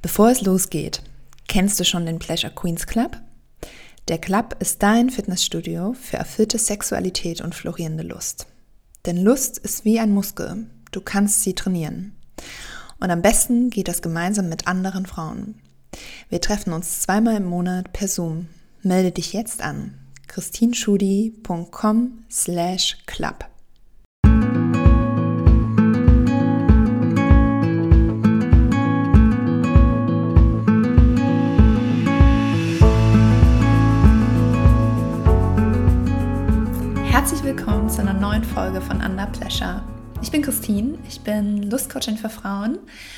Bevor es losgeht, kennst du schon den Pleasure Queens Club? Der Club ist dein Fitnessstudio für erfüllte Sexualität und florierende Lust. Denn Lust ist wie ein Muskel, du kannst sie trainieren. Und am besten geht das gemeinsam mit anderen Frauen. Wir treffen uns 2-mal im Monat per Zoom. Melde dich jetzt an. christinschudi.com/club. Herzlich willkommen zu einer neuen Folge von Under Pleasure. Ich bin Christine, ich bin Lustcoachin für Frauen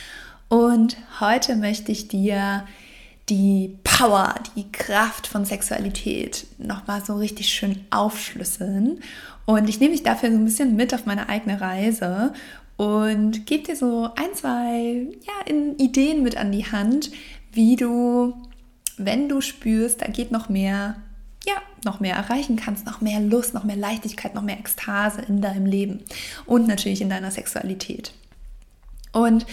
und heute möchte ich dir die Power, die Kraft von Sexualität nochmal so richtig schön aufschlüsseln. Und ich nehme dich dafür so ein bisschen mit auf meine eigene Reise und gebe dir so 1-2 Ideen mit an die Hand, wie du, wenn du spürst, da geht noch mehr erreichen kannst, noch mehr Lust, noch mehr Leichtigkeit, noch mehr Ekstase in deinem Leben und natürlich in deiner Sexualität. Und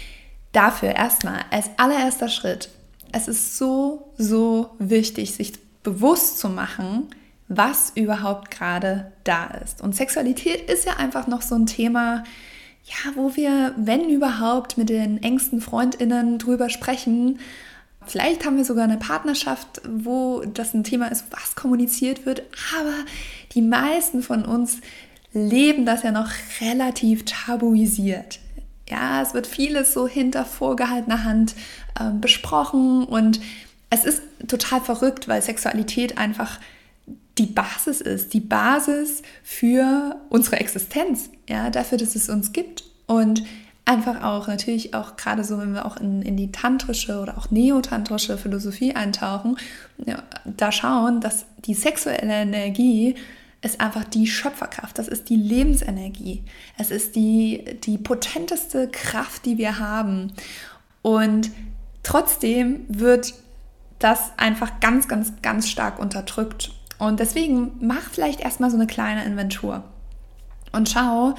dafür erstmal als allererster Schritt, es ist so wichtig, sich bewusst zu machen, was überhaupt gerade da ist. Und Sexualität ist ja einfach noch so ein Thema, wo wir, wenn überhaupt, mit den engsten FreundInnen drüber sprechen. Vielleicht haben wir sogar eine Partnerschaft, wo das ein Thema ist, was kommuniziert wird, aber die meisten von uns leben das ja noch relativ tabuisiert. Ja, es wird vieles so hinter vorgehaltener Hand besprochen und es ist total verrückt, weil Sexualität einfach die Basis ist, die Basis für unsere Existenz, ja, dafür, dass es uns gibt und einfach auch, natürlich auch gerade so, wenn wir auch in die tantrische oder auch neotantrische Philosophie eintauchen, da schauen, dass die sexuelle Energie ist einfach die Schöpferkraft, das ist die Lebensenergie, es ist die potenteste Kraft, die wir haben. Und trotzdem wird das einfach ganz, ganz, ganz stark unterdrückt. Und deswegen mach vielleicht erstmal so eine kleine Inventur und schau,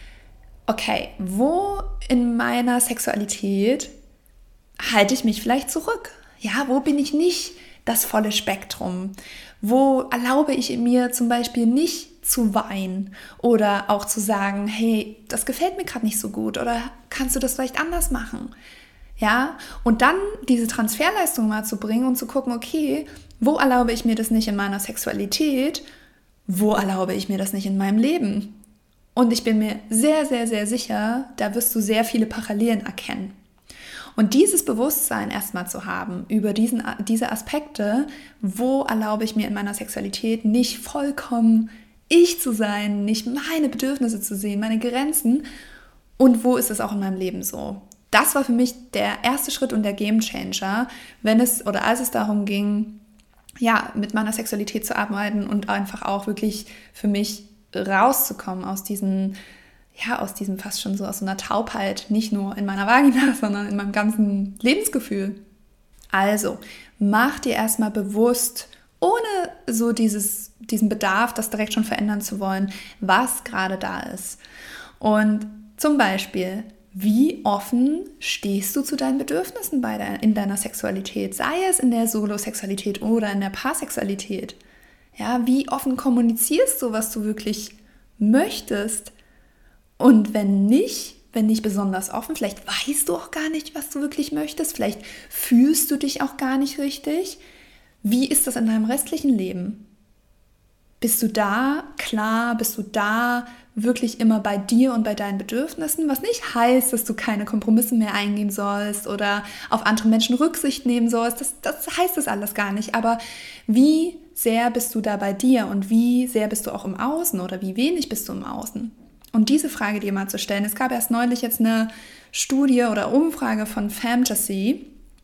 okay, wo in meiner Sexualität halte ich mich vielleicht zurück? Ja, wo bin ich nicht das volle Spektrum? Wo erlaube ich mir zum Beispiel nicht zu weinen oder auch zu sagen, hey, das gefällt mir gerade nicht so gut oder kannst du das vielleicht anders machen? Ja, und dann diese Transferleistung mal zu bringen und zu gucken, okay, wo erlaube ich mir das nicht in meiner Sexualität? Wo erlaube ich mir das nicht in meinem Leben? Und ich bin mir sehr, sehr, sehr sicher, da wirst du sehr viele Parallelen erkennen. Und dieses Bewusstsein erstmal zu haben über diese Aspekte, wo erlaube ich mir in meiner Sexualität nicht vollkommen ich zu sein, nicht meine Bedürfnisse zu sehen, meine Grenzen und wo ist es auch in meinem Leben so. Das war für mich der erste Schritt und der Gamechanger, als es darum ging, mit meiner Sexualität zu arbeiten und einfach auch wirklich für mich rauszukommen aus diesem fast schon so aus so einer Taubheit, nicht nur in meiner Vagina, sondern in meinem ganzen Lebensgefühl. Also, mach dir erstmal bewusst, ohne so diesen Bedarf, das direkt schon verändern zu wollen, was gerade da ist. Und zum Beispiel, wie offen stehst du zu deinen Bedürfnissen in deiner Sexualität, sei es in der Solosexualität oder in der Paarsexualität? Ja, wie offen kommunizierst du, was du wirklich möchtest? Und wenn nicht besonders offen, vielleicht weißt du auch gar nicht, was du wirklich möchtest, vielleicht fühlst du dich auch gar nicht richtig. Wie ist das in deinem restlichen Leben? Bist du da klar? Bist du da wirklich immer bei dir und bei deinen Bedürfnissen? Was nicht heißt, dass du keine Kompromisse mehr eingehen sollst oder auf andere Menschen Rücksicht nehmen sollst. Das heißt das alles gar nicht. Aber wie sehr bist du da bei dir und wie sehr bist du auch im Außen oder wie wenig bist du im Außen? Und diese Frage dir mal zu stellen. Es gab erst neulich jetzt eine Studie oder Umfrage von Fantasy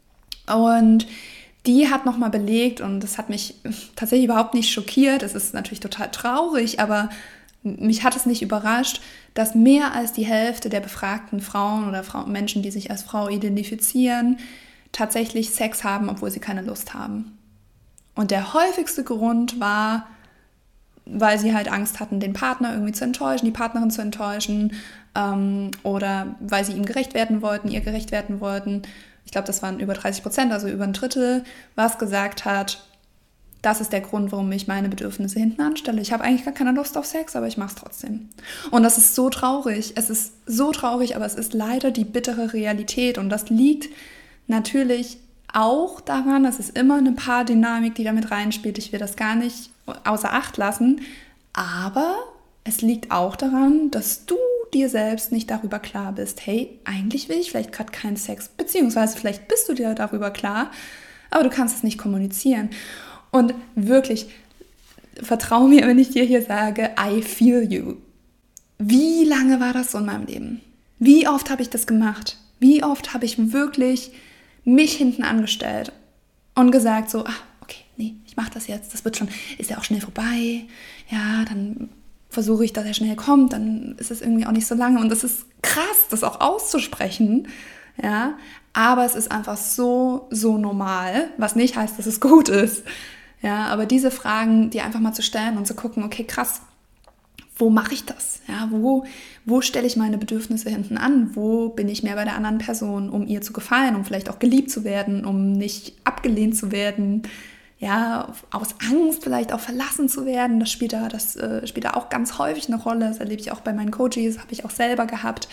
und die hat nochmal belegt und das hat mich tatsächlich überhaupt nicht schockiert. Es ist natürlich total traurig, aber mich hat es nicht überrascht, dass mehr als die Hälfte der befragten Frauen oder Menschen, die sich als Frau identifizieren, tatsächlich Sex haben, obwohl sie keine Lust haben. Und der häufigste Grund war, weil sie halt Angst hatten, den Partner irgendwie zu enttäuschen, die Partnerin zu enttäuschen oder weil sie ihm gerecht werden wollten, ihr gerecht werden wollten. ich glaube, das waren über 30%, also über ein Drittel, was gesagt hat, das ist der Grund, warum ich meine Bedürfnisse hinten anstelle. Ich habe eigentlich gar keine Lust auf Sex, aber ich mache es trotzdem. Und das ist so traurig. Es ist so traurig, aber es ist leider die bittere Realität. Und das liegt natürlich auch daran, es ist immer eine Paardynamik, die damit reinspielt. Ich will das gar nicht außer Acht lassen. Aber es liegt auch daran, dass du dir selbst nicht darüber klar bist, hey, eigentlich will ich vielleicht gerade keinen Sex, beziehungsweise vielleicht bist du dir darüber klar, aber du kannst es nicht kommunizieren. Und wirklich, vertrau mir, wenn ich dir hier sage, I feel you. Wie lange war das so in meinem Leben? Wie oft habe ich das gemacht? Wie oft habe ich wirklich mich hinten angestellt und gesagt so, okay, nee, ich mache das jetzt, das wird schon, ist ja auch schnell vorbei. Ja, dann versuche ich, dass er schnell kommt, dann ist es irgendwie auch nicht so lange. Und das ist krass, das auch auszusprechen, ja. Aber es ist einfach so normal, was nicht heißt, dass es gut ist. Ja, aber diese Fragen, die einfach mal zu stellen und zu gucken, okay, krass, wo mache ich das? Ja, wo stelle ich meine Bedürfnisse hinten an? Wo bin ich mehr bei der anderen Person, um ihr zu gefallen, um vielleicht auch geliebt zu werden, um nicht abgelehnt zu werden? Ja, aus Angst vielleicht auch verlassen zu werden. Das spielt da auch ganz häufig eine Rolle. Das erlebe ich auch bei meinen Coaches, habe ich auch selber gehabt.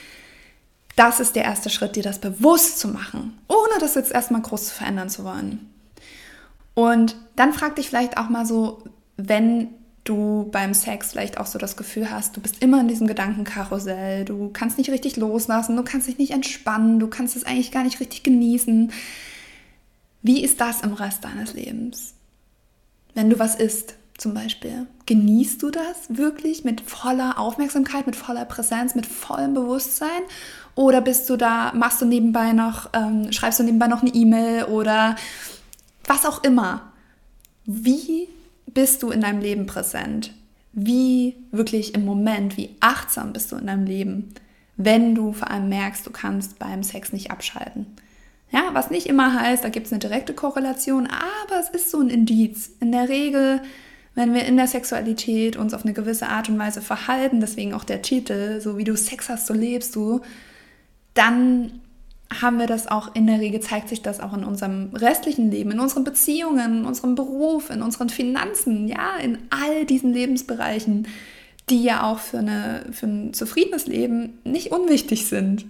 Das ist der erste Schritt, dir das bewusst zu machen, ohne das jetzt erstmal groß zu verändern zu wollen. Und dann frag dich vielleicht auch mal so, wenn du beim Sex vielleicht auch so das Gefühl hast, du bist immer in diesem Gedankenkarussell, du kannst nicht richtig loslassen, du kannst dich nicht entspannen, du kannst es eigentlich gar nicht richtig genießen. Wie ist das im Rest deines Lebens? Wenn du was isst zum Beispiel, genießt du das wirklich mit voller Aufmerksamkeit, mit voller Präsenz, mit vollem Bewusstsein? Oder bist du da, schreibst du nebenbei noch eine E-Mail oder was auch immer. Wie bist du in deinem Leben präsent? Wie wirklich im Moment, wie achtsam bist du in deinem Leben, wenn du vor allem merkst, du kannst beim Sex nicht abschalten? Ja, was nicht immer heißt, da gibt es eine direkte Korrelation, aber es ist so ein Indiz. In der Regel, wenn wir in der Sexualität uns auf eine gewisse Art und Weise verhalten, deswegen auch der Titel, so wie du Sex hast, so lebst du, dann haben wir das auch, in der Regel zeigt sich das auch in unserem restlichen Leben, in unseren Beziehungen, in unserem Beruf, in unseren Finanzen, ja, in all diesen Lebensbereichen, die ja auch für ein zufriedenes Leben nicht unwichtig sind.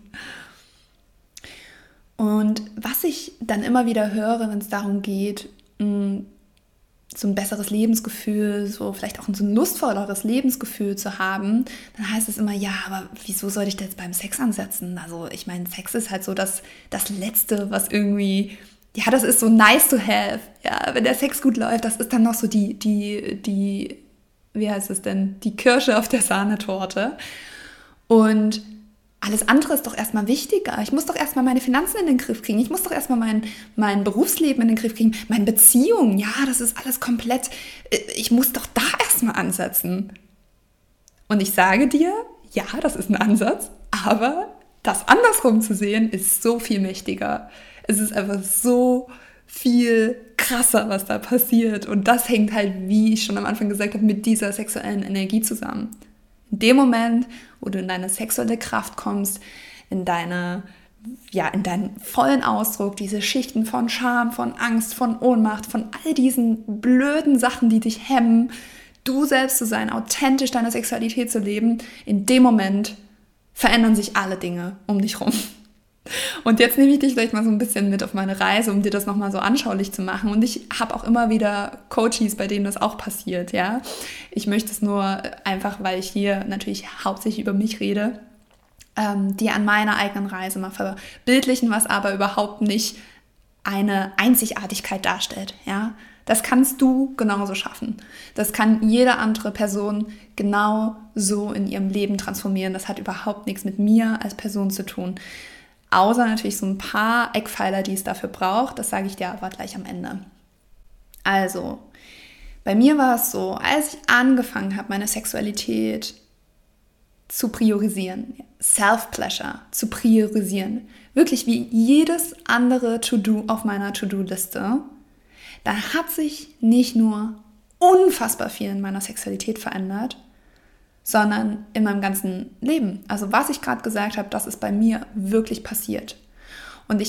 Und was ich dann immer wieder höre, wenn es darum geht, so ein besseres Lebensgefühl, so vielleicht auch so ein lustvolleres Lebensgefühl zu haben, dann heißt es immer, ja, aber wieso sollte ich da jetzt beim Sex ansetzen? Also ich meine, Sex ist halt so das Letzte, was irgendwie, ja, das ist so nice to have. Ja, wenn der Sex gut läuft, das ist dann noch so die wie heißt es denn, die Kirsche auf der Sahnetorte. Und alles andere ist doch erstmal wichtiger. Ich muss doch erstmal meine Finanzen in den Griff kriegen. Ich muss doch erstmal mein Berufsleben in den Griff kriegen. Meine Beziehungen, ja, das ist alles komplett. Ich muss doch da erstmal ansetzen. Und ich sage dir, ja, das ist ein Ansatz, aber das andersrum zu sehen, ist so viel mächtiger. Es ist einfach so viel krasser, was da passiert. Und das hängt halt, wie ich schon am Anfang gesagt habe, mit dieser sexuellen Energie zusammen. In dem Moment, wo du in deine sexuelle Kraft kommst, in deinen vollen Ausdruck, diese Schichten von Scham, von Angst, von Ohnmacht, von all diesen blöden Sachen, die dich hemmen, du selbst zu sein, authentisch deine Sexualität zu leben, in dem Moment verändern sich alle Dinge um dich rum. Und jetzt nehme ich dich vielleicht mal so ein bisschen mit auf meine Reise, um dir das nochmal so anschaulich zu machen. Und ich habe auch immer wieder Coaches, bei denen das auch passiert, ja. Ich möchte es nur einfach, weil ich hier natürlich hauptsächlich über mich rede, dir an meiner eigenen Reise mal verbildlichen, was aber überhaupt nicht eine Einzigartigkeit darstellt, ja. Das kannst du genauso schaffen. Das kann jede andere Person genau so in ihrem Leben transformieren. Das hat überhaupt nichts mit mir als Person zu tun. Außer natürlich so ein paar Eckpfeiler, die es dafür braucht. Das sage ich dir aber gleich am Ende. Also, bei mir war es so, als ich angefangen habe, meine Sexualität zu priorisieren, Self-Pleasure zu priorisieren, wirklich wie jedes andere To-Do auf meiner To-Do-Liste, dann hat sich nicht nur unfassbar viel in meiner Sexualität verändert, sondern in meinem ganzen Leben. Also was ich gerade gesagt habe, das ist bei mir wirklich passiert. Und ich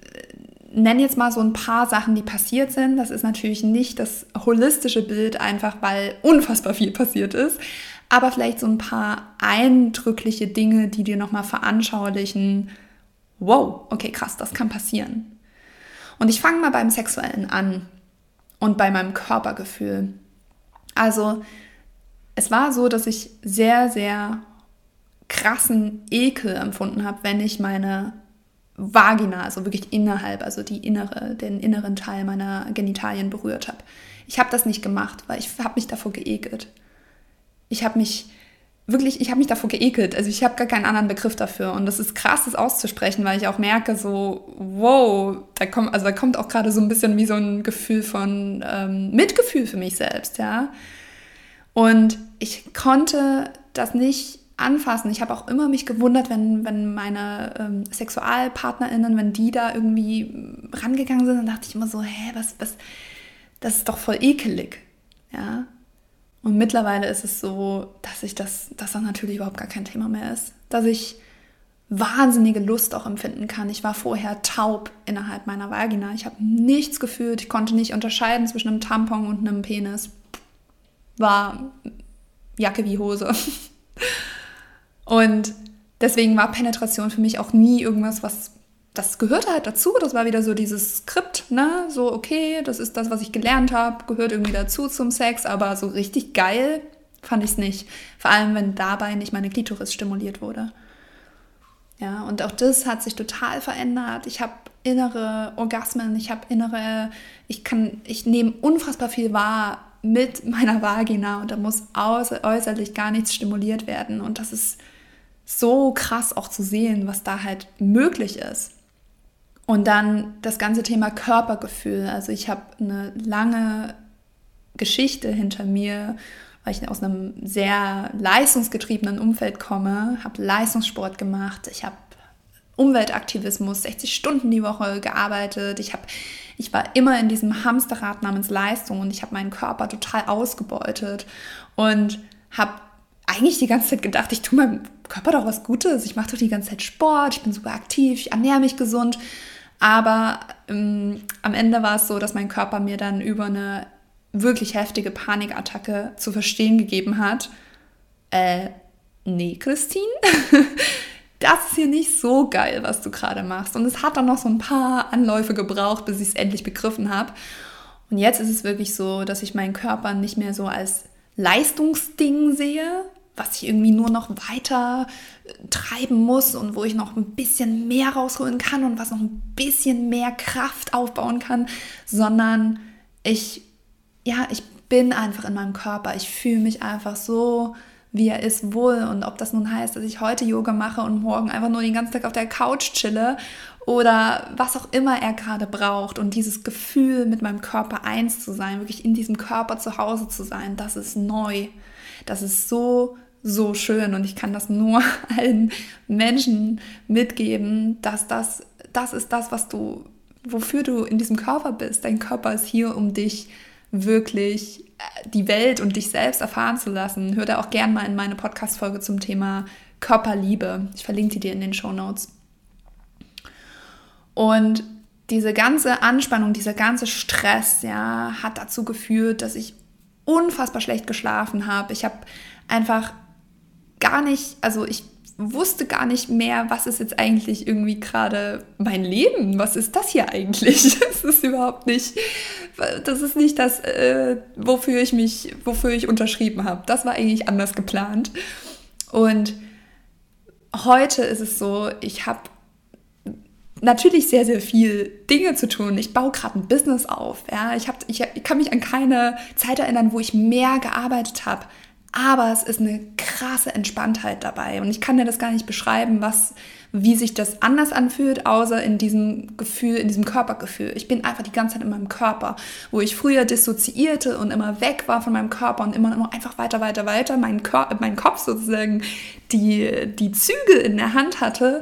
nenne jetzt mal so ein paar Sachen, die passiert sind. Das ist natürlich nicht das holistische Bild, einfach weil unfassbar viel passiert ist. Aber vielleicht so ein paar eindrückliche Dinge, die dir nochmal veranschaulichen, wow, okay, krass, das kann passieren. Und ich fange mal beim Sexuellen an und bei meinem Körpergefühl. Also es war so, dass ich sehr, sehr krassen Ekel empfunden habe, wenn ich meine Vagina, also wirklich innerhalb, also den inneren Teil meiner Genitalien berührt habe. Ich habe das nicht gemacht, weil ich habe mich davor geekelt. Ich habe mich davor geekelt. Also ich habe gar keinen anderen Begriff dafür. Und das ist krass, das auszusprechen, weil ich auch merke so, wow, da kommt auch gerade so ein bisschen wie so ein Gefühl von Mitgefühl für mich selbst, ja. Und ich konnte das nicht anfassen. Ich habe auch immer mich gewundert, wenn meine SexualpartnerInnen, wenn die da irgendwie rangegangen sind, dann dachte ich immer so, was, das ist doch voll ekelig, ja. Und mittlerweile ist es so, dass das natürlich überhaupt gar kein Thema mehr ist. Dass ich wahnsinnige Lust auch empfinden kann. Ich war vorher taub innerhalb meiner Vagina. Ich habe nichts gefühlt. Ich konnte nicht unterscheiden zwischen einem Tampon und einem Penis. War Jacke wie Hose. Und deswegen war Penetration für mich auch nie irgendwas, das gehörte halt dazu. Das war wieder so dieses Skript, ne? So, okay, das ist das, was ich gelernt habe, gehört irgendwie dazu zum Sex, aber so richtig geil fand ich es nicht. Vor allem, wenn dabei nicht meine Klitoris stimuliert wurde. Ja, und auch das hat sich total verändert. Ich habe innere Orgasmen, ich nehme unfassbar viel wahr mit meiner Vagina und da muss äußerlich gar nichts stimuliert werden. Und das ist so krass auch zu sehen, was da halt möglich ist. Und dann das ganze Thema Körpergefühl. Also ich habe eine lange Geschichte hinter mir, weil ich aus einem sehr leistungsgetriebenen Umfeld komme, habe Leistungssport gemacht, ich habe Umweltaktivismus, 60 Stunden die Woche gearbeitet, ich war immer in diesem Hamsterrad namens Leistung und ich habe meinen Körper total ausgebeutet und habe eigentlich die ganze Zeit gedacht, ich tue meinem Körper doch was Gutes, ich mache doch die ganze Zeit Sport, ich bin super aktiv, ich ernähre mich gesund, aber am Ende war es so, dass mein Körper mir dann über eine wirklich heftige Panikattacke zu verstehen gegeben hat, nee, Christine, das ist hier nicht so geil, was du gerade machst. Und es hat dann noch so ein paar Anläufe gebraucht, bis ich es endlich begriffen habe. Und jetzt ist es wirklich so, dass ich meinen Körper nicht mehr so als Leistungsding sehe, was ich irgendwie nur noch weiter treiben muss und wo ich noch ein bisschen mehr rausholen kann und was noch ein bisschen mehr Kraft aufbauen kann, sondern ich bin einfach in meinem Körper. Ich fühle mich einfach so, wie er ist, wohl. Und ob das nun heißt, dass ich heute Yoga mache und morgen einfach nur den ganzen Tag auf der Couch chille oder was auch immer er gerade braucht. Und dieses Gefühl, mit meinem Körper eins zu sein, wirklich in diesem Körper zu Hause zu sein, das ist neu. Das ist so, so schön. Und ich kann das nur allen Menschen mitgeben, dass das ist das, wofür du in diesem Körper bist. Dein Körper ist hier, um dich wirklich die Welt und dich selbst erfahren zu lassen. Hör da auch gern mal in meine Podcast-Folge zum Thema Körperliebe. Ich verlinke die dir in den Shownotes. Und diese ganze Anspannung, dieser ganze Stress, ja, hat dazu geführt, dass ich unfassbar schlecht geschlafen habe. Ich habe einfach ich wusste gar nicht mehr, was ist jetzt eigentlich irgendwie gerade mein Leben? Was ist das hier eigentlich? Das ist nicht das, wofür ich unterschrieben habe. Das war eigentlich anders geplant. Und heute ist es so, ich habe natürlich sehr, sehr viel Dinge zu tun. Ich baue gerade ein Business auf. Ja? Ich kann mich an keine Zeit erinnern, wo ich mehr gearbeitet habe. Aber es ist eine krasse Entspanntheit dabei. Und ich kann dir das gar nicht beschreiben, wie sich das anders anfühlt, außer in diesem Gefühl, in diesem Körpergefühl. Ich bin einfach die ganze Zeit in meinem Körper, wo ich früher dissoziierte und immer weg war von meinem Körper und immer einfach weiter, mein Kopf sozusagen die Zügel in der Hand hatte,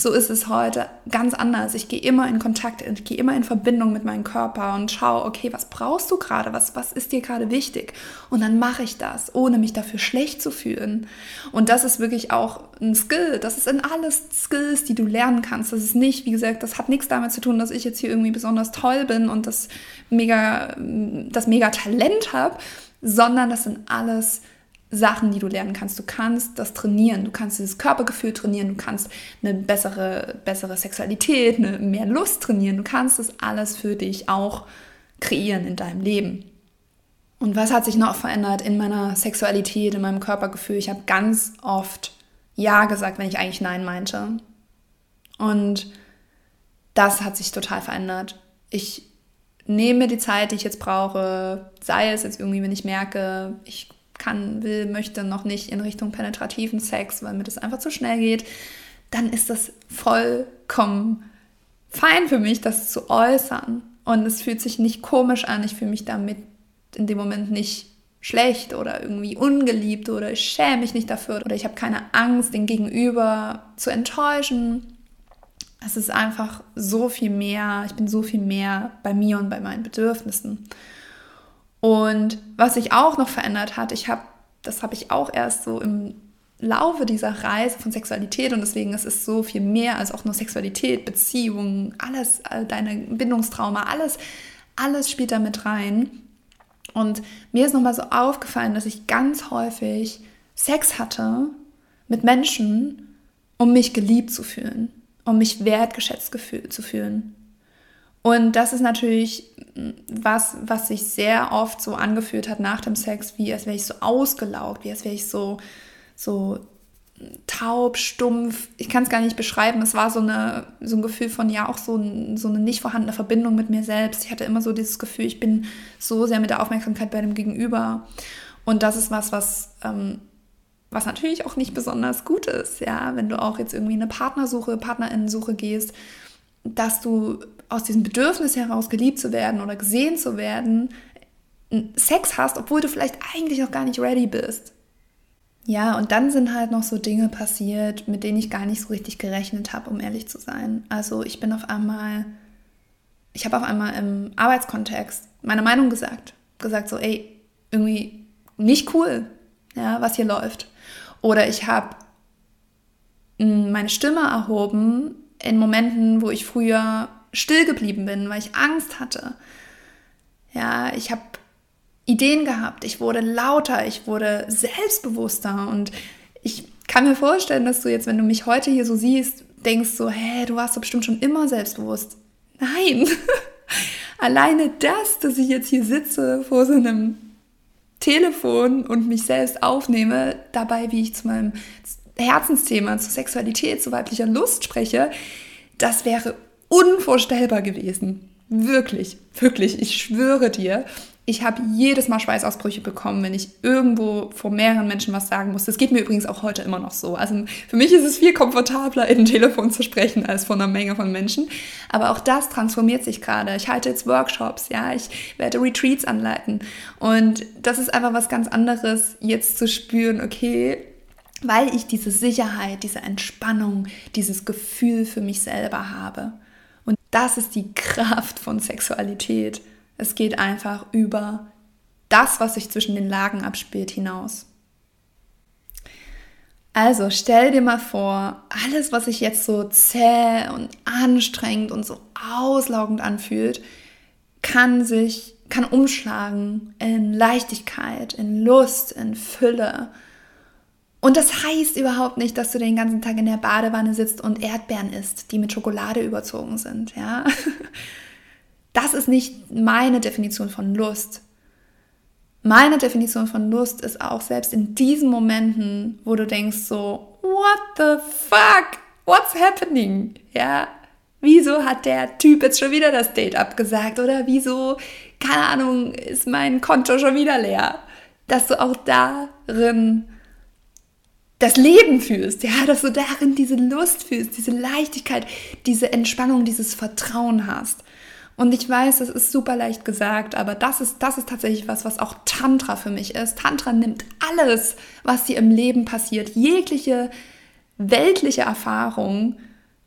So ist es heute ganz anders. Ich gehe immer in Kontakt, ich gehe immer in Verbindung mit meinem Körper und schaue, okay, was brauchst du gerade, was ist dir gerade wichtig? Und dann mache ich das, ohne mich dafür schlecht zu fühlen. Und das ist wirklich auch ein Skill. Das ist in alles Skills, die du lernen kannst. Das ist nicht, wie gesagt, das hat nichts damit zu tun, dass ich jetzt hier irgendwie besonders toll bin und das mega Talent habe, sondern das sind alles Sachen, die du lernen kannst. Du kannst das trainieren, du kannst dieses Körpergefühl trainieren, du kannst eine bessere Sexualität, mehr Lust trainieren, du kannst das alles für dich auch kreieren in deinem Leben. Und was hat sich noch verändert in meiner Sexualität, in meinem Körpergefühl? Ich habe ganz oft Ja gesagt, wenn ich eigentlich Nein meinte. Und das hat sich total verändert. Ich nehme mir die Zeit, die ich jetzt brauche, sei es jetzt irgendwie, wenn ich merke, ich möchte noch nicht in Richtung penetrativen Sex, weil mir das einfach zu schnell geht, dann ist das vollkommen fein für mich, das zu äußern. Und es fühlt sich nicht komisch an, ich fühle mich damit in dem Moment nicht schlecht oder irgendwie ungeliebt oder ich schäme mich nicht dafür oder ich habe keine Angst, den Gegenüber zu enttäuschen. Es ist einfach so viel mehr, ich bin so viel mehr bei mir und bei meinen Bedürfnissen. Und was sich auch noch verändert hat, das habe ich auch erst so im Laufe dieser Reise von Sexualität und deswegen es ist so viel mehr als auch nur Sexualität, Beziehungen, alles, deine Bindungstrauma, alles spielt da mit rein. Und mir ist nochmal so aufgefallen, dass ich ganz häufig Sex hatte mit Menschen, um mich geliebt zu fühlen, um mich wertgeschätzt zu fühlen. Und das ist natürlich was sich sehr oft so angefühlt hat nach dem Sex, wie als wäre ich so ausgelaugt, wie als wäre ich so taub, stumpf. Ich kann es gar nicht beschreiben. Es war so ein Gefühl von ja auch so eine nicht vorhandene Verbindung mit mir selbst. Ich hatte immer so dieses Gefühl, ich bin so sehr mit der Aufmerksamkeit bei dem Gegenüber. Und das ist was natürlich auch nicht besonders gut ist, ja, wenn du auch jetzt irgendwie eine Partnerinnensuche gehst, dass du aus diesem Bedürfnis heraus geliebt zu werden oder gesehen zu werden, Sex hast, obwohl du vielleicht eigentlich noch gar nicht ready bist. Ja, und dann sind halt noch so Dinge passiert, mit denen ich gar nicht so richtig gerechnet habe, um ehrlich zu sein. Also ich habe auf einmal im Arbeitskontext meine Meinung gesagt so, ey, irgendwie nicht cool, ja, was hier läuft. Oder ich habe meine Stimme erhoben in Momenten, wo ich früher still geblieben bin, weil ich Angst hatte. Ja, ich habe Ideen gehabt, ich wurde lauter, ich wurde selbstbewusster und ich kann mir vorstellen, dass du jetzt, wenn du mich heute hier so siehst, denkst so, du warst doch bestimmt schon immer selbstbewusst. Nein, alleine das, dass ich jetzt hier sitze vor so einem Telefon und mich selbst aufnehme, dabei, wie ich zu meinem Herzensthema, zur Sexualität, zu weiblicher Lust spreche, das wäre unvorstellbar gewesen. Wirklich, wirklich, ich schwöre dir, ich habe jedes Mal Schweißausbrüche bekommen, wenn ich irgendwo vor mehreren Menschen was sagen musste. Das geht mir übrigens auch heute immer noch so. Also für mich ist es viel komfortabler, in ein Telefon zu sprechen, als vor einer Menge von Menschen. Aber auch das transformiert sich gerade. Ich halte jetzt Workshops, ja, ich werde Retreats anleiten. Und das ist einfach was ganz anderes, jetzt zu spüren, okay, weil ich diese Sicherheit, diese Entspannung, dieses Gefühl für mich selber habe. Und das ist die Kraft von Sexualität. Es geht einfach über das, was sich zwischen den Lagen abspielt, hinaus. Also stell dir mal vor, alles, was sich jetzt so zäh und anstrengend und so auslaugend anfühlt, kann umschlagen in Leichtigkeit, in Lust, in Fülle. Und das heißt überhaupt nicht, dass du den ganzen Tag in der Badewanne sitzt und Erdbeeren isst, die mit Schokolade überzogen sind, ja. Das ist nicht meine Definition von Lust. Meine Definition von Lust ist auch selbst in diesen Momenten, wo du denkst so, what the fuck? What's happening? Ja, wieso hat der Typ jetzt schon wieder das Date abgesagt? Oder wieso, keine Ahnung, ist mein Konto schon wieder leer? Dass du auch darin das Leben fühlst, ja, dass du darin diese Lust fühlst, diese Leichtigkeit, diese Entspannung, dieses Vertrauen hast. Und ich weiß, das ist super leicht gesagt, aber das ist tatsächlich was auch Tantra für mich ist. Tantra nimmt alles, was dir im Leben passiert, jegliche weltliche Erfahrung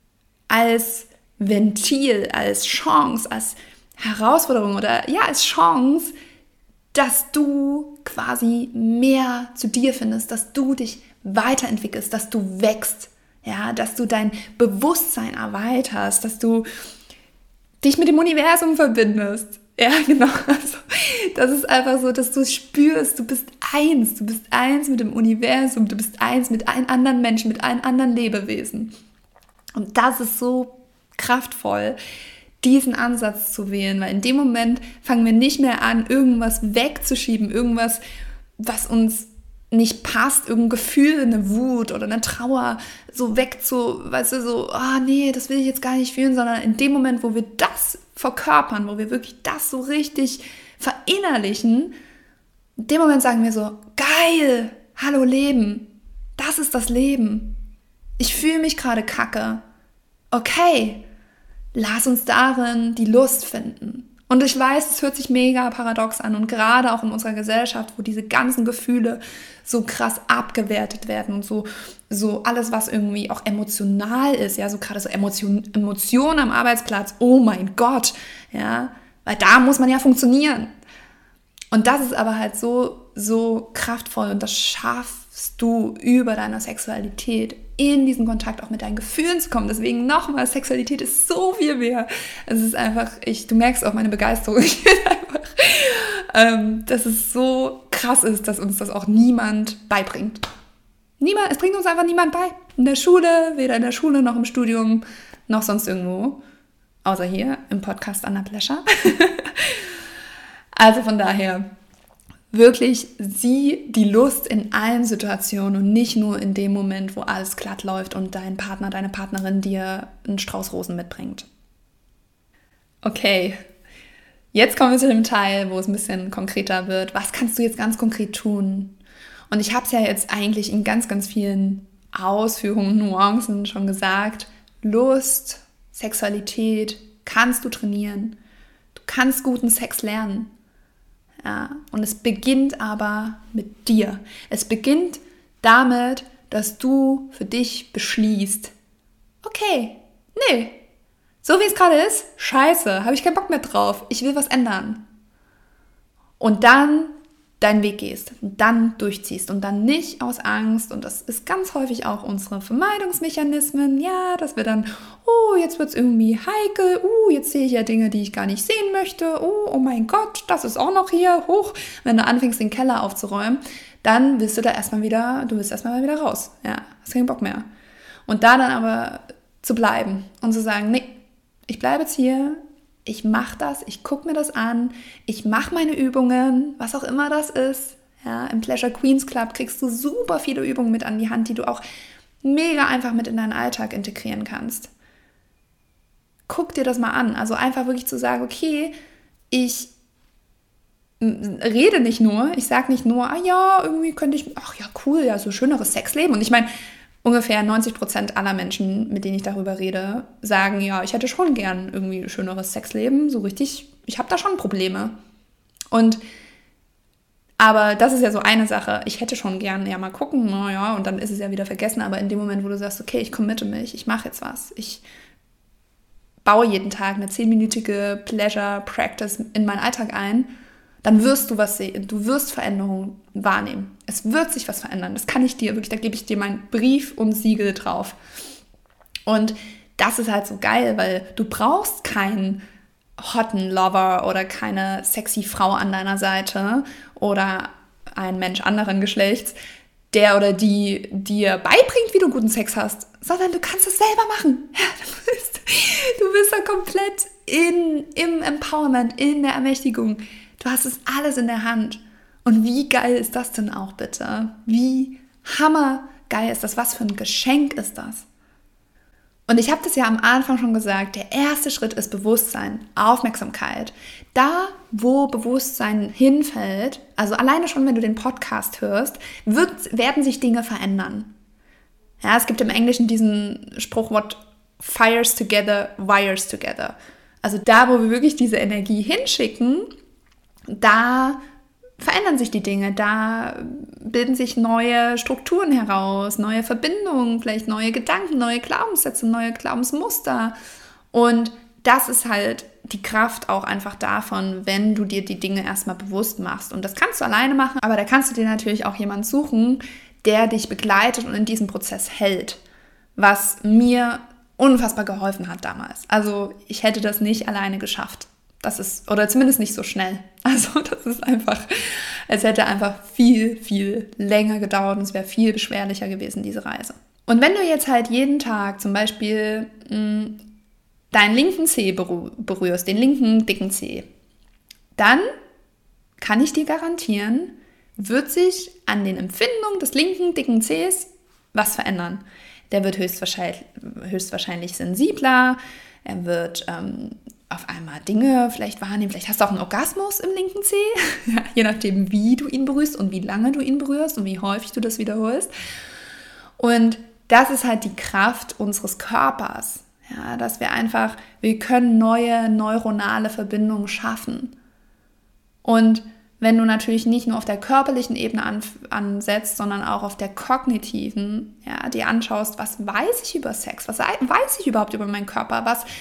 als Ventil, als Chance, als Herausforderung oder ja, als Chance, dass du quasi mehr zu dir findest, dass du dich weiterentwickelst, dass du wächst, ja, dass du dein Bewusstsein erweiterst, dass du dich mit dem Universum verbindest. Ja, genau. Also, das ist einfach so, dass du spürst, du bist eins mit dem Universum, du bist eins mit allen anderen Menschen, mit allen anderen Lebewesen. Und das ist so kraftvoll, diesen Ansatz zu wählen, weil in dem Moment fangen wir nicht mehr an, irgendwas wegzuschieben, irgendwas, was uns nicht passt, irgendein Gefühl, eine Wut oder eine Trauer so weißt du, so, nee, das will ich jetzt gar nicht fühlen, sondern in dem Moment, wo wir das verkörpern, wo wir wirklich das so richtig verinnerlichen, in dem Moment sagen wir so, geil, hallo Leben, das ist das Leben. Ich fühle mich gerade kacke. Okay, lass uns darin die Lust finden. Und ich weiß, es hört sich mega paradox an und gerade auch in unserer Gesellschaft, wo diese ganzen Gefühle so krass abgewertet werden und so alles, was irgendwie auch emotional ist, ja, so gerade so Emotionen am Arbeitsplatz, oh mein Gott, ja, weil da muss man ja funktionieren. Und das ist aber halt so kraftvoll und das schaffst du über deine Sexualität in diesen Kontakt auch mit deinen Gefühlen zu kommen. Deswegen nochmal, Sexualität ist so viel mehr. Es ist einfach, du merkst auch meine Begeisterung, dass es so krass ist, dass uns das auch niemand beibringt. Es bringt uns einfach niemand bei. In der Schule, weder in der Schule noch im Studium, noch sonst irgendwo. Außer hier im Podcast Anna Plescher. Also von daher, wirklich sieh die Lust in allen Situationen und nicht nur in dem Moment, wo alles glatt läuft und dein Partner, deine Partnerin dir einen Strauß Rosen mitbringt. Okay, jetzt kommen wir zu dem Teil, wo es ein bisschen konkreter wird. Was kannst du jetzt ganz konkret tun? Und ich habe es ja jetzt eigentlich in ganz, ganz vielen Ausführungen, Nuancen schon gesagt. Lust, Sexualität kannst du trainieren. Du kannst guten Sex lernen. Ja, und es beginnt aber mit dir. Es beginnt damit, dass du für dich beschließt, okay, nee, so wie es gerade ist, scheiße, habe ich keinen Bock mehr drauf, ich will was ändern. Und dann deinen Weg gehst und dann durchziehst und dann nicht aus Angst, und das ist ganz häufig auch unsere Vermeidungsmechanismen, ja, dass wir dann, jetzt wird es irgendwie heikel, jetzt sehe ich ja Dinge, die ich gar nicht sehen möchte, oh mein Gott, das ist auch noch hier, hoch. Wenn du anfängst, den Keller aufzuräumen, dann willst du erstmal wieder raus, ja, hast keinen Bock mehr. Und da dann aber zu bleiben und zu sagen, nee, ich bleibe jetzt hier, ich mache das, ich gucke mir das an, ich mache meine Übungen, was auch immer das ist. Ja, im Pleasure Queens Club kriegst du super viele Übungen mit an die Hand, die du auch mega einfach mit in deinen Alltag integrieren kannst. Guck dir das mal an. Also einfach wirklich zu sagen, okay, ich rede nicht nur, ich sage nicht nur, irgendwie könnte ich, cool, ja, so schöneres Sexleben. Und ich meine, ungefähr 90% aller Menschen, mit denen ich darüber rede, sagen, ja, ich hätte schon gern irgendwie ein schöneres Sexleben, so richtig, ich habe da schon Probleme. Aber das ist ja so eine Sache, ich hätte schon gern, ja, mal gucken, und dann ist es ja wieder vergessen, aber in dem Moment, wo du sagst, okay, ich committe mich, ich mache jetzt was, ich baue jeden Tag eine 10-minütige Pleasure-Practice in meinen Alltag ein, dann wirst du was sehen, du wirst Veränderungen wahrnehmen. Es wird sich was verändern, das kann ich dir wirklich, da gebe ich dir meinen Brief und Siegel drauf. Und das ist halt so geil, weil du brauchst keinen hotten Lover oder keine sexy Frau an deiner Seite oder einen Mensch anderen Geschlechts, der oder die dir beibringt, wie du guten Sex hast, sondern du kannst es selber machen. Ja, du bist da komplett im Empowerment, in der Ermächtigung. Du hast es alles in der Hand. Und wie geil ist das denn auch bitte? Wie hammergeil ist das? Was für ein Geschenk ist das? Und ich habe das ja am Anfang schon gesagt, der erste Schritt ist Bewusstsein, Aufmerksamkeit. Da, wo Bewusstsein hinfällt, also alleine schon, wenn du den Podcast hörst, werden sich Dinge verändern. Ja, es gibt im Englischen diesen Spruch, what fires together, wires together. Also da, wo wir wirklich diese Energie hinschicken, da verändern sich die Dinge, da bilden sich neue Strukturen heraus, neue Verbindungen, vielleicht neue Gedanken, neue Glaubenssätze, neue Glaubensmuster. Und das ist halt die Kraft auch einfach davon, wenn du dir die Dinge erstmal bewusst machst. Und das kannst du alleine machen, aber da kannst du dir natürlich auch jemanden suchen, der dich begleitet und in diesem Prozess hält, was mir unfassbar geholfen hat damals. Also ich hätte das nicht alleine geschafft. Das ist, oder zumindest nicht so schnell. Also das ist einfach, es hätte einfach viel, viel länger gedauert und es wäre viel beschwerlicher gewesen, diese Reise. Und wenn du jetzt halt jeden Tag zum Beispiel deinen linken Zeh berührst, den linken dicken Zeh, dann kann ich dir garantieren, wird sich an den Empfindungen des linken dicken Zehs was verändern. Der wird höchstwahrscheinlich sensibler, er wird auf einmal Dinge vielleicht wahrnehmen. Vielleicht hast du auch einen Orgasmus im linken Zeh, ja, je nachdem, wie du ihn berührst und wie lange du ihn berührst und wie häufig du das wiederholst. Und das ist halt die Kraft unseres Körpers, ja, dass wir können neue neuronale Verbindungen schaffen. Und wenn du natürlich nicht nur auf der körperlichen Ebene ansetzt, sondern auch auf der kognitiven, ja, dir anschaust, was weiß ich über Sex, was weiß ich überhaupt über meinen Körper,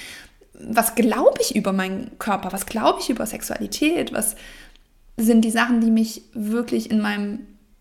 was glaube ich über meinen Körper, was glaube ich über Sexualität, was sind die Sachen, die mich wirklich in meinem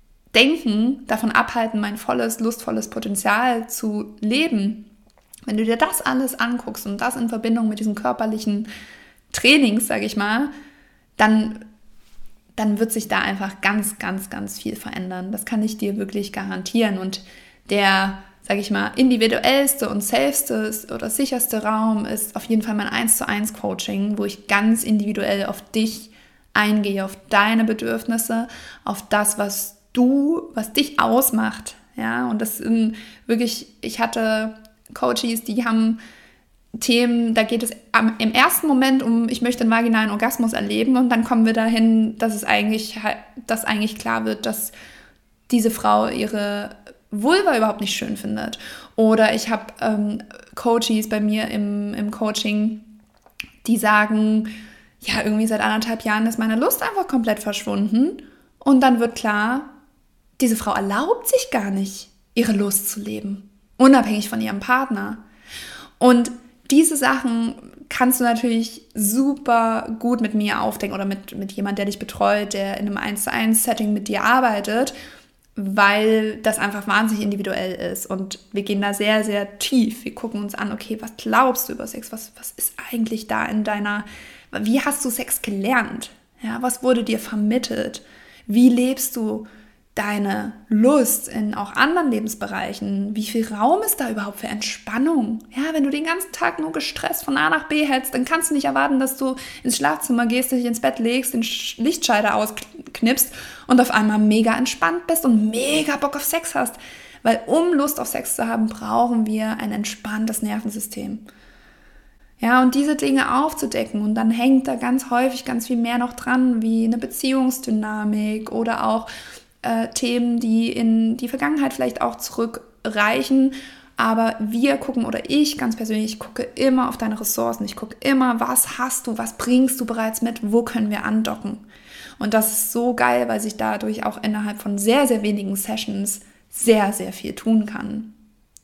Denken davon abhalten, mein volles, lustvolles Potenzial zu leben. Wenn du dir das alles anguckst und das in Verbindung mit diesen körperlichen Trainings, sage ich mal, dann wird sich da einfach ganz, ganz, ganz viel verändern. Das kann ich dir wirklich garantieren. Und der, sage ich mal, individuellste und safeste oder sicherste Raum ist auf jeden Fall mein 1:1 Coaching, wo ich ganz individuell auf dich eingehe, auf deine Bedürfnisse, auf das, was dich ausmacht. Ja, und das sind wirklich, ich hatte Coaches, die haben Themen, da geht es im ersten Moment um, ich möchte einen vaginalen Orgasmus erleben, und dann kommen wir dahin, dass eigentlich klar wird, dass diese Frau ihre Vulva überhaupt nicht schön findet. Oder ich habe Coaches bei mir im Coaching, die sagen, ja, irgendwie seit 1,5 Jahren ist meine Lust einfach komplett verschwunden, und dann wird klar, diese Frau erlaubt sich gar nicht, ihre Lust zu leben, unabhängig von ihrem Partner. Und diese Sachen kannst du natürlich super gut mit mir aufdecken oder mit jemandem, der dich betreut, der in einem 1:1 Setting mit dir arbeitet, weil das einfach wahnsinnig individuell ist. Und wir gehen da sehr, sehr tief. Wir gucken uns an, okay, was glaubst du über Sex? Was ist eigentlich da wie hast du Sex gelernt? Ja, was wurde dir vermittelt? Wie lebst du deine Lust in auch anderen Lebensbereichen? Wie viel Raum ist da überhaupt für Entspannung? Ja, wenn du den ganzen Tag nur gestresst von A nach B hältst, dann kannst du nicht erwarten, dass du ins Schlafzimmer gehst, dich ins Bett legst, den Lichtschalter ausknipst und auf einmal mega entspannt bist und mega Bock auf Sex hast. Weil um Lust auf Sex zu haben, brauchen wir ein entspanntes Nervensystem. Ja, und diese Dinge aufzudecken, und dann hängt da ganz häufig ganz viel mehr noch dran, wie eine Beziehungsdynamik oder auch Themen, die in die Vergangenheit vielleicht auch zurückreichen. Aber wir gucken, oder ich ganz persönlich gucke immer auf deine Ressourcen. Ich gucke immer, was hast du, was bringst du bereits mit, wo können wir andocken. Und das ist so geil, weil sich dadurch auch innerhalb von sehr, sehr wenigen Sessions sehr, sehr viel tun kann.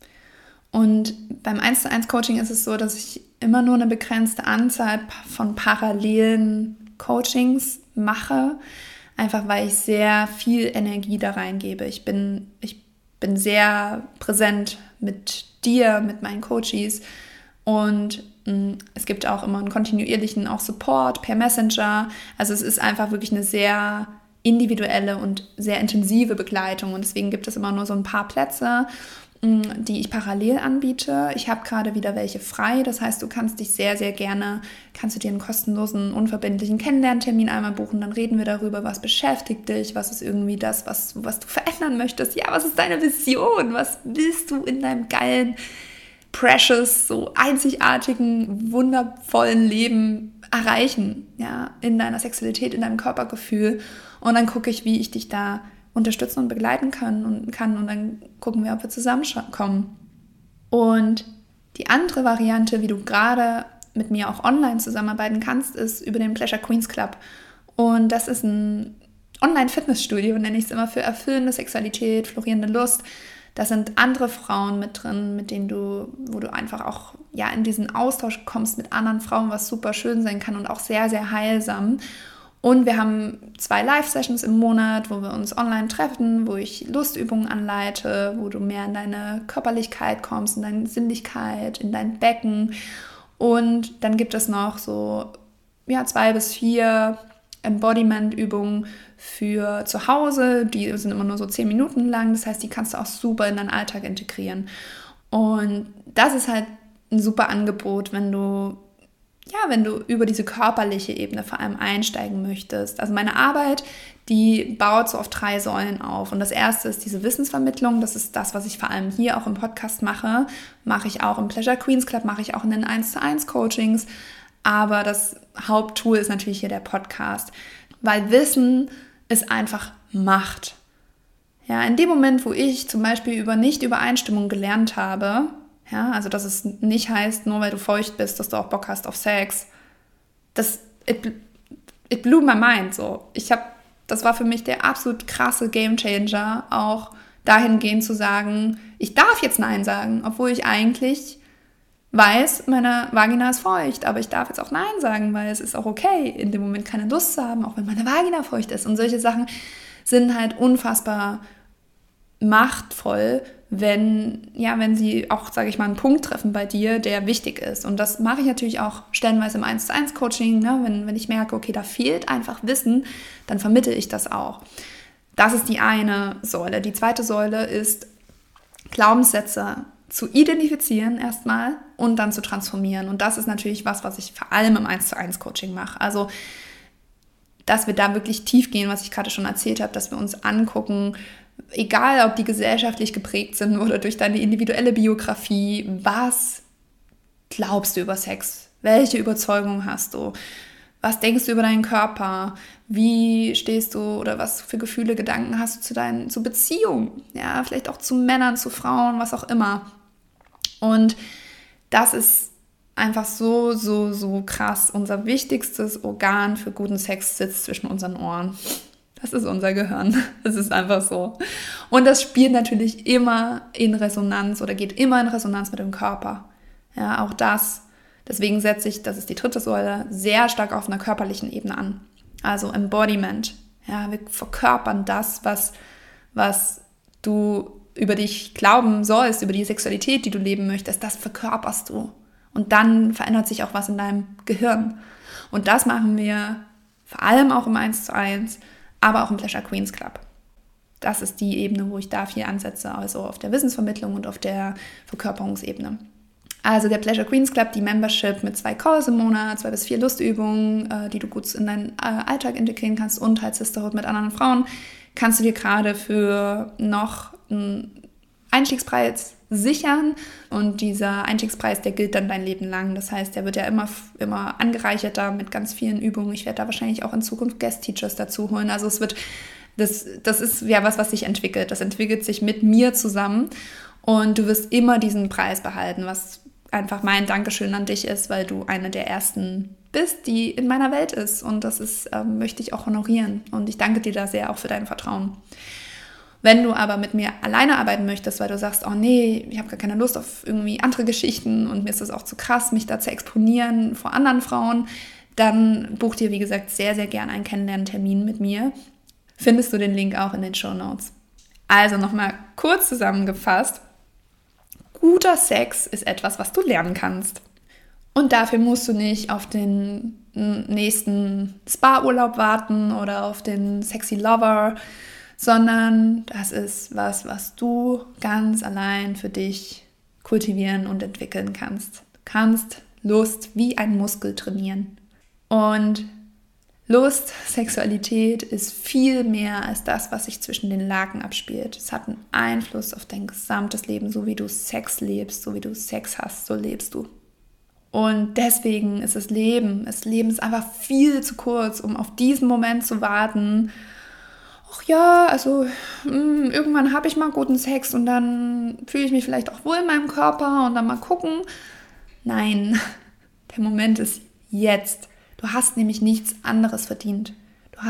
Und beim 1:1 Coaching ist es so, dass ich immer nur eine begrenzte Anzahl von parallelen Coachings mache, einfach weil ich sehr viel Energie da reingebe. Ich bin sehr präsent mit dir, mit meinen Coaches, und es gibt auch immer einen kontinuierlichen auch Support per Messenger. Also es ist einfach wirklich eine sehr individuelle und sehr intensive Begleitung, und deswegen gibt es immer nur so ein paar Plätze, die ich parallel anbiete. Ich habe gerade wieder welche frei, das heißt, du kannst dich sehr, sehr gerne, kannst du dir einen kostenlosen, unverbindlichen Kennenlerntermin einmal buchen, dann reden wir darüber, was beschäftigt dich, was ist irgendwie das, was du verändern möchtest, ja, was ist deine Vision, was willst du in deinem geilen, precious, so einzigartigen, wundervollen Leben erreichen, ja, in deiner Sexualität, in deinem Körpergefühl, und dann gucke ich, wie ich dich da unterstützen und begleiten kann, und dann gucken wir, ob wir zusammenkommen. Und die andere Variante, wie du gerade mit mir auch online zusammenarbeiten kannst, ist über den Pleasure Queens Club. Und das ist ein Online-Fitnessstudio, nenne ich es immer, für erfüllende Sexualität, florierende Lust. Da sind andere Frauen mit drin, wo du einfach auch in diesen Austausch kommst mit anderen Frauen, was super schön sein kann und auch sehr, sehr heilsam. Und wir haben 2 Live-Sessions im Monat, wo wir uns online treffen, wo ich Lustübungen anleite, wo du mehr in deine Körperlichkeit kommst, in deine Sinnlichkeit, in dein Becken. Und dann gibt es noch so 2 bis 4 Embodiment-Übungen für zu Hause. Die sind immer nur so 10 Minuten lang. Das heißt, die kannst du auch super in deinen Alltag integrieren. Und das ist halt ein super Angebot, wenn du über diese körperliche Ebene vor allem einsteigen möchtest. Also meine Arbeit, die baut so auf 3 Säulen auf. Und das erste ist diese Wissensvermittlung. Das ist das, was ich vor allem hier auch im Podcast mache. Mache ich auch im Pleasure Queens Club, mache ich auch in den 1:1 Coachings. Aber das Haupttool ist natürlich hier der Podcast. Weil Wissen ist einfach Macht. Ja, in dem Moment, wo ich zum Beispiel über Nicht-Übereinstimmung gelernt habe, also dass es nicht heißt, nur weil du feucht bist, dass du auch Bock hast auf Sex. It blew my mind. So. Das war für mich der absolut krasse Gamechanger, auch dahingehend zu sagen, ich darf jetzt Nein sagen, obwohl ich eigentlich weiß, meine Vagina ist feucht, aber ich darf jetzt auch Nein sagen, weil es ist auch okay, in dem Moment keine Lust zu haben, auch wenn meine Vagina feucht ist. Und solche Sachen sind halt unfassbar machtvoll, wenn sie auch, sage ich mal, einen Punkt treffen bei dir, der wichtig ist. Und das mache ich natürlich auch stellenweise im 1:1 Coaching, ne? Wenn ich merke, okay, da fehlt einfach Wissen, dann vermittle ich das auch. Das ist die eine Säule. Die zweite Säule ist, Glaubenssätze zu identifizieren erstmal und dann zu transformieren. Und das ist natürlich was ich vor allem im 1:1 Coaching mache. Also, dass wir da wirklich tief gehen, was ich gerade schon erzählt habe, dass wir uns angucken, egal ob die gesellschaftlich geprägt sind oder durch deine individuelle Biografie, was glaubst du über Sex? Welche Überzeugungen hast du? Was denkst du über deinen Körper? Wie stehst du oder was für Gefühle, Gedanken hast du zu Beziehungen? Ja, vielleicht auch zu Männern, zu Frauen, was auch immer. Und das ist einfach so, so, so krass. Unser wichtigstes Organ für guten Sex sitzt zwischen unseren Ohren. Das ist unser Gehirn. Das ist einfach so. Und das spielt natürlich immer in Resonanz oder geht immer in Resonanz mit dem Körper. Ja, auch das. Deswegen setze ich, das ist die 3. Säule, sehr stark auf einer körperlichen Ebene an. Also Embodiment. Ja, wir verkörpern das, was du über dich glauben sollst, über die Sexualität, die du leben möchtest. Das verkörperst du. Und dann verändert sich auch was in deinem Gehirn. Und das machen wir vor allem auch im 1:1, aber auch im Pleasure Queens Club. Das ist die Ebene, wo ich da viel ansetze, also auf der Wissensvermittlung und auf der Verkörperungsebene. Also der Pleasure Queens Club, die Membership mit 2 Calls im Monat, 2 bis 4 Lustübungen, die du gut in deinen Alltag integrieren kannst und halt Sisterhood mit anderen Frauen, kannst du dir gerade für noch einen Einstiegspreis sichern. Und dieser Einstiegspreis, der gilt dann dein Leben lang. Das heißt, der wird ja immer angereicherter mit ganz vielen Übungen. Ich werde da wahrscheinlich auch in Zukunft Guest-Teachers dazu holen. Also das ist ja was sich entwickelt. Das entwickelt sich mit mir zusammen. Und du wirst immer diesen Preis behalten, was einfach mein Dankeschön an dich ist, weil du eine der ersten bist, die in meiner Welt ist. Und das möchte ich auch honorieren. Und ich danke dir da sehr auch für dein Vertrauen. Wenn du aber mit mir alleine arbeiten möchtest, weil du sagst, oh nee, ich habe gar keine Lust auf irgendwie andere Geschichten und mir ist das auch zu krass, mich da zu exponieren vor anderen Frauen, dann buch dir, wie gesagt, sehr, sehr gerne einen Kennenlerntermin mit mir. Findest du den Link auch in den Shownotes. Also nochmal kurz zusammengefasst. Guter Sex ist etwas, was du lernen kannst. Und dafür musst du nicht auf den nächsten Spa-Urlaub warten oder auf den Sexy Lover, sondern das ist was du ganz allein für dich kultivieren und entwickeln kannst. Du kannst Lust wie ein Muskel trainieren. Und Lust, Sexualität ist viel mehr als das, was sich zwischen den Laken abspielt. Es hat einen Einfluss auf dein gesamtes Leben. So wie du Sex lebst, so wie du Sex hast, so lebst du. Und deswegen ist das Leben ist einfach viel zu kurz, um auf diesen Moment zu warten. Ach ja, also irgendwann habe ich mal guten Sex und dann fühle ich mich vielleicht auch wohl in meinem Körper und dann mal gucken. Nein, der Moment ist jetzt. Du hast nämlich nichts anderes verdient. Du hast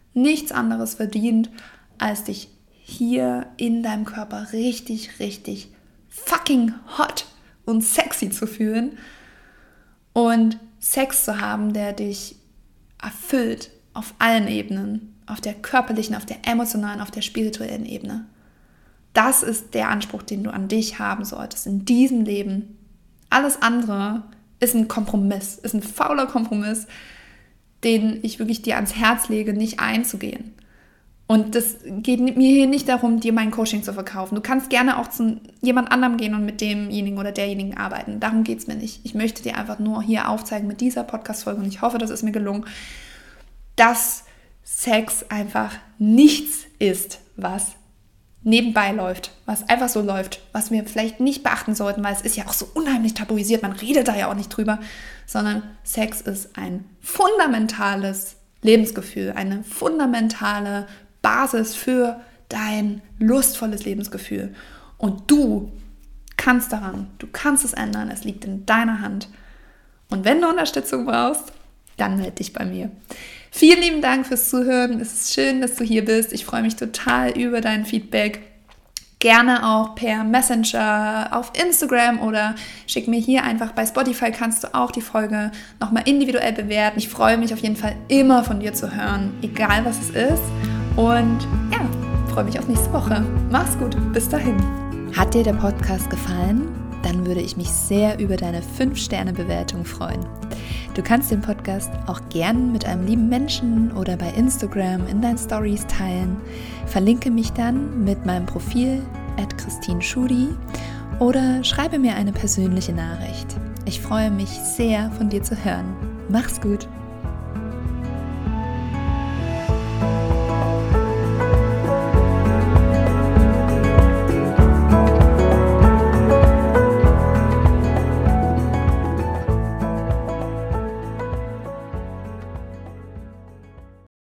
nichts anderes verdient, als dich hier in deinem Körper richtig, richtig fucking hot und sexy zu fühlen und Sex zu haben, der dich erfüllt auf allen Ebenen, auf der körperlichen, auf der emotionalen, auf der spirituellen Ebene. Das ist der Anspruch, den du an dich haben solltest in diesem Leben. Alles andere ist ein Kompromiss, ist ein fauler Kompromiss, den ich wirklich dir ans Herz lege, nicht einzugehen. Und das geht mir hier nicht darum, dir mein Coaching zu verkaufen. Du kannst gerne auch zu jemand anderem gehen und mit demjenigen oder derjenigen arbeiten. Darum geht es mir nicht. Ich möchte dir einfach nur hier aufzeigen mit dieser Podcast-Folge, und ich hoffe, das ist mir gelungen, dass Sex einfach nichts ist, was nebenbei läuft, was einfach so läuft, was wir vielleicht nicht beachten sollten, weil es ist ja auch so unheimlich tabuisiert, man redet da ja auch nicht drüber, sondern Sex ist ein fundamentales Lebensgefühl, eine fundamentale Basis für dein lustvolles Lebensgefühl. Und du kannst daran, du kannst es ändern, es liegt in deiner Hand. Und wenn du Unterstützung brauchst, dann melde dich bei mir. Vielen lieben Dank fürs Zuhören. Es ist schön, dass du hier bist. Ich freue mich total über dein Feedback. Gerne auch per Messenger auf Instagram oder schick mir hier einfach bei Spotify, kannst du auch die Folge nochmal individuell bewerten. Ich freue mich auf jeden Fall immer von dir zu hören, egal was es ist. Und ja, freue mich auf nächste Woche. Mach's gut, bis dahin. Hat dir der Podcast gefallen? Dann würde ich mich sehr über deine 5-Sterne-Bewertung freuen. Du kannst den Podcast auch gern mit einem lieben Menschen oder bei Instagram in deinen Stories teilen. Verlinke mich dann mit meinem Profil @christinschudi oder schreibe mir eine persönliche Nachricht. Ich freue mich sehr, von dir zu hören. Mach's gut!